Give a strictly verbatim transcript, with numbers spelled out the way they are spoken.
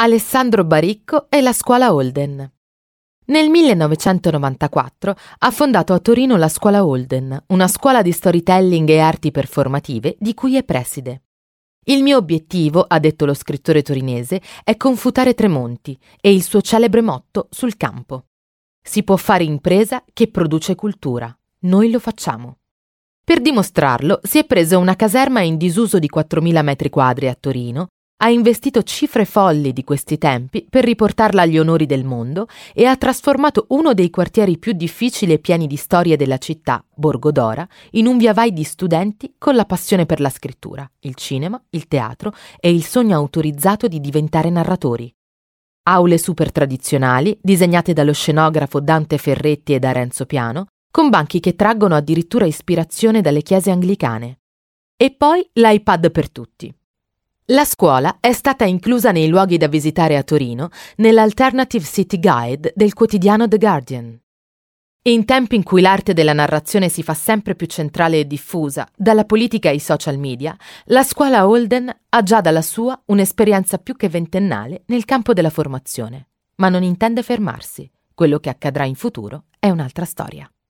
Alessandro Baricco e la Scuola Holden. Nel millenovecentonovantaquattro ha fondato a Torino la Scuola Holden, una scuola di storytelling e arti performative di cui è preside. Il mio obiettivo, ha detto lo scrittore torinese, è confutare Tremonti e il suo celebre motto sul campo. Si può fare impresa che produce cultura. Noi lo facciamo. Per dimostrarlo si è preso una caserma in disuso di quattromila metri quadri a Torino, ha investito cifre folli di questi tempi per riportarla agli onori del mondo e ha trasformato uno dei quartieri più difficili e pieni di storie della città, Borgo d'Ora, in un viavai di studenti con la passione per la scrittura, il cinema, il teatro e il sogno autorizzato di diventare narratori. Aule super tradizionali, disegnate dallo scenografo Dante Ferretti e da Renzo Piano, con banchi che traggono addirittura ispirazione dalle chiese anglicane. E poi l'iPad per tutti. La scuola è stata inclusa nei luoghi da visitare a Torino nell'Alternative City Guide del quotidiano The Guardian. In tempi in cui l'arte della narrazione si fa sempre più centrale e diffusa, dalla politica ai social media, la Scuola Holden ha già dalla sua un'esperienza più che ventennale nel campo della formazione, ma non intende fermarsi. Quello che accadrà in futuro è un'altra storia.